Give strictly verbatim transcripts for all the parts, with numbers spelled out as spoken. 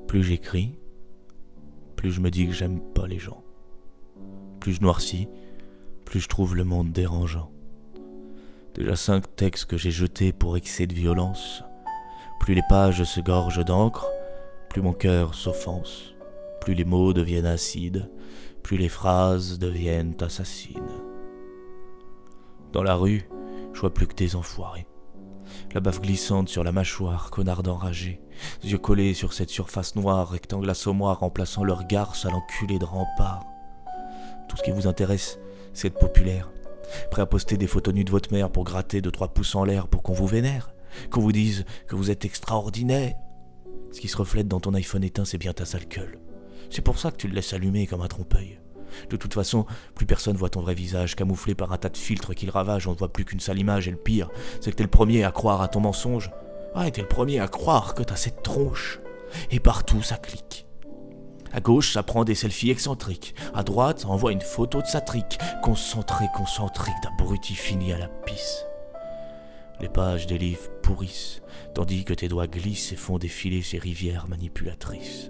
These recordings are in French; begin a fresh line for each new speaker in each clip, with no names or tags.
Plus j'écris, plus je me dis que j'aime pas les gens. Plus je noircis, plus je trouve le monde dérangeant. Déjà cinq textes que j'ai jetés pour excès de violence. Plus les pages se gorgent d'encre, plus mon cœur s'offense. Plus les mots deviennent acides, plus les phrases deviennent assassines. Dans la rue, je vois plus que tes enfoirés. La baffe glissante sur la mâchoire, connard enragé. Yeux collés sur cette surface noire, rectangle assommoir remplaçant leur garce à l'enculé de rempart. Tout ce qui vous intéresse, c'est être populaire. Prêt à poster des photos nues de votre mère pour gratter deux trois pouces en l'air pour qu'on vous vénère. Qu'on vous dise que vous êtes extraordinaire. Ce qui se reflète dans ton iPhone éteint, c'est bien ta sale gueule. C'est pour ça que tu le laisses allumer comme un trompe-œil. De toute façon, plus personne voit ton vrai visage, camouflé par un tas de filtres qui le ravagent, on ne voit plus qu'une sale image, et le pire, c'est que t'es le premier à croire à ton mensonge. Ouais, t'es le premier à croire que t'as cette tronche. Et partout, ça clique. À gauche, ça prend des selfies excentriques. À droite, ça envoie une photo de sa trique. Concentré, concentrique, d'abruti fini à la pisse. Les pages des livres pourrissent, tandis que tes doigts glissent et font défiler ces rivières manipulatrices.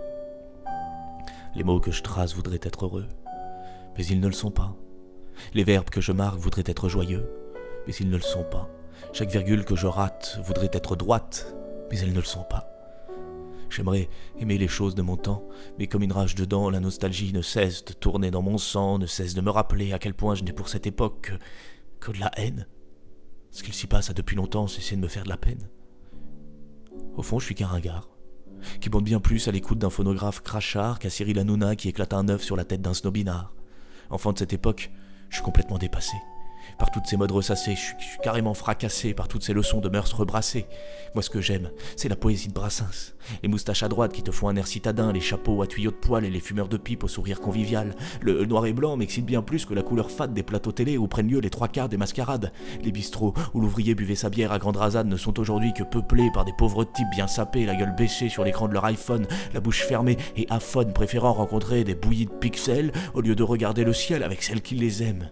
Les mots que je trace voudraient être heureux, mais ils ne le sont pas. Les verbes que je marque voudraient être joyeux, mais ils ne le sont pas. Chaque virgule que je rate voudrait être droite, mais elles ne le sont pas. J'aimerais aimer les choses de mon temps, mais comme une rage dedans, la nostalgie ne cesse de tourner dans mon sang, ne cesse de me rappeler à quel point je n'ai pour cette époque que, que de la haine. Ce qu'il s'y passe a depuis longtemps cessé de me faire de la peine. Au fond, je suis qu'un ringard, qui bande bien plus à l'écoute d'un phonographe crachard qu'à Cyril Hanouna qui éclate un œuf sur la tête d'un snobinard. Enfant de cette époque, je suis complètement dépassé. Par toutes ces modes ressassés, je suis, je suis carrément fracassé par toutes ces leçons de mœurs rebrassées. Moi, ce que j'aime, c'est la poésie de Brassens. Les moustaches à droite qui te font un air citadin, les chapeaux à tuyaux de poil et les fumeurs de pipe au sourire convivial. Le noir et blanc m'excite bien plus que la couleur fade des plateaux télé où prennent lieu les trois quarts des mascarades. Les bistrots où l'ouvrier buvait sa bière à grande rasade ne sont aujourd'hui que peuplés par des pauvres types bien sapés, la gueule baissée sur l'écran de leur iPhone, la bouche fermée et aphone, préférant rencontrer des bouillies de pixels au lieu de regarder le ciel avec celles qui les aiment.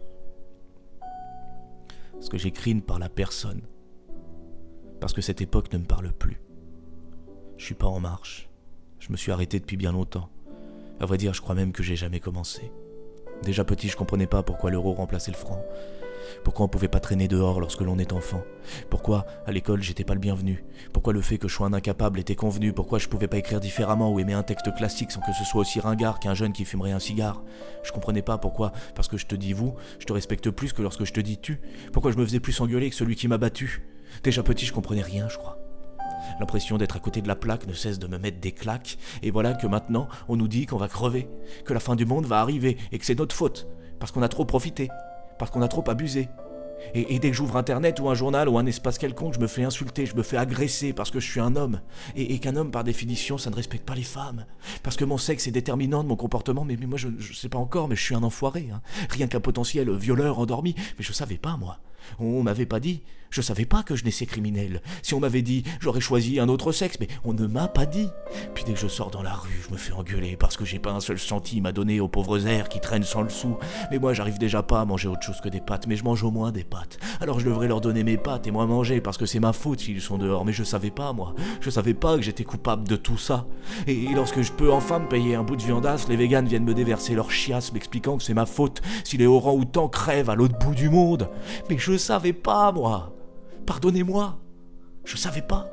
Ce que j'écris ne parle à personne, parce que cette époque ne me parle plus. Je suis pas en marche, je me suis arrêté depuis bien longtemps. À vrai dire, je crois même que j'ai jamais commencé. Déjà petit, je comprenais pas pourquoi l'euro remplaçait le franc. Pourquoi on pouvait pas traîner dehors lorsque l'on est enfant? Pourquoi, à l'école, j'étais pas le bienvenu? Pourquoi le fait que je sois un incapable était convenu? Pourquoi je pouvais pas écrire différemment ou aimer un texte classique sans que ce soit aussi ringard qu'un jeune qui fumerait un cigare? Je comprenais pas pourquoi, parce que je te dis vous, je te respecte plus que lorsque je te dis tu. Pourquoi je me faisais plus engueuler que celui qui m'a battu? Déjà petit, je comprenais rien, je crois. L'impression d'être à côté de la plaque ne cesse de me mettre des claques, et voilà que maintenant, on nous dit qu'on va crever, que la fin du monde va arriver, et que c'est notre faute, parce qu'on a trop profité. Parce qu'on a trop abusé. Et, et dès que j'ouvre internet ou un journal ou un espace quelconque, je me fais insulter, je me fais agresser parce que je suis un homme. Et, et qu'un homme, par définition, ça ne respecte pas les femmes. Parce que mon sexe est déterminant de mon comportement, mais, mais moi je, je sais pas encore, mais je suis un enfoiré. Hein. Rien qu'un potentiel violeur endormi. Mais je savais pas, moi. On m'avait pas dit. Je savais pas que je naissais criminel. Si on m'avait dit, j'aurais choisi un autre sexe, mais on ne m'a pas dit. Puis dès que je sors dans la rue, je me fais engueuler parce que j'ai pas un seul centime à donner aux pauvres airs qui traînent sans le sou. Mais moi, j'arrive déjà pas à manger autre chose que des pâtes, mais je mange au moins des pâtes. Alors je devrais leur donner mes pâtes et moi manger parce que c'est ma faute s'ils sont dehors. Mais je savais pas, moi. Je savais pas que j'étais coupable de tout ça. Et lorsque je peux enfin me payer un bout de viandasse, les véganes viennent me déverser leur chiasse m'expliquant que c'est ma faute si les orangs-outans crèvent à l'autre bout du monde. Mais je savais pas, moi. Pardonnez-moi, je savais pas.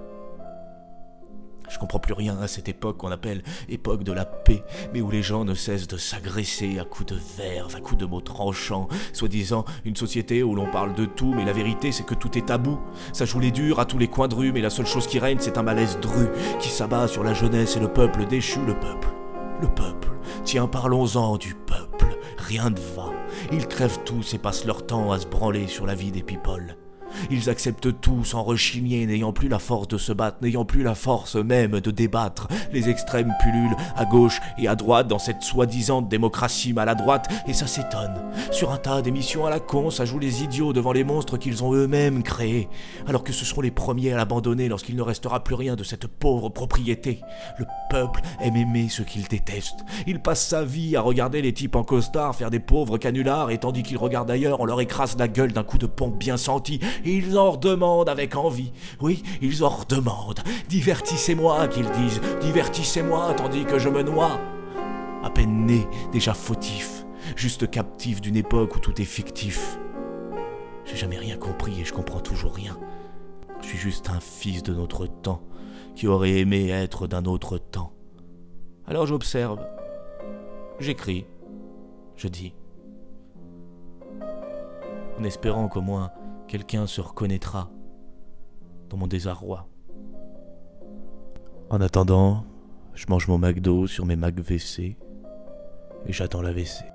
Je comprends plus rien à cette époque qu'on appelle époque de la paix, mais où les gens ne cessent de s'agresser à coups de verve, à coups de mots tranchants, soi-disant une société où l'on parle de tout, mais la vérité c'est que tout est tabou. Ça joue les durs à tous les coins de rue, mais la seule chose qui règne c'est un malaise dru, qui s'abat sur la jeunesse et le peuple déchu, le peuple. Le peuple, tiens parlons-en du peuple, rien ne va. Ils crèvent tous et passent leur temps à se branler sur la vie des people. Ils acceptent tout sans rechigner, n'ayant plus la force de se battre, n'ayant plus la force même de débattre. Les extrêmes pullulent à gauche et à droite dans cette soi-disant démocratie maladroite, et ça s'étonne. Sur un tas d'émissions à la con, ça joue les idiots devant les monstres qu'ils ont eux-mêmes créés, alors que ce seront les premiers à l'abandonner lorsqu'il ne restera plus rien de cette pauvre propriété. Le peuple aime aimer ceux qu'il déteste. Il passe sa vie à regarder les types en costard faire des pauvres canulars, et tandis qu'ils regardent ailleurs, on leur écrase la gueule d'un coup de pompe bien senti. ils en redemandent avec envie. Oui, ils en redemandent. Divertissez-moi, qu'ils disent, divertissez-moi, tandis que je me noie. À peine né, déjà fautif, juste captif d'une époque où tout est fictif. J'ai jamais rien compris et je comprends toujours rien. Je suis juste un fils de notre temps, qui aurait aimé être d'un autre temps. Alors j'observe, j'écris, je dis, en espérant qu'au moins quelqu'un se reconnaîtra dans mon désarroi. En attendant, je mange mon McDo sur mes McVC et j'attends l'A V C.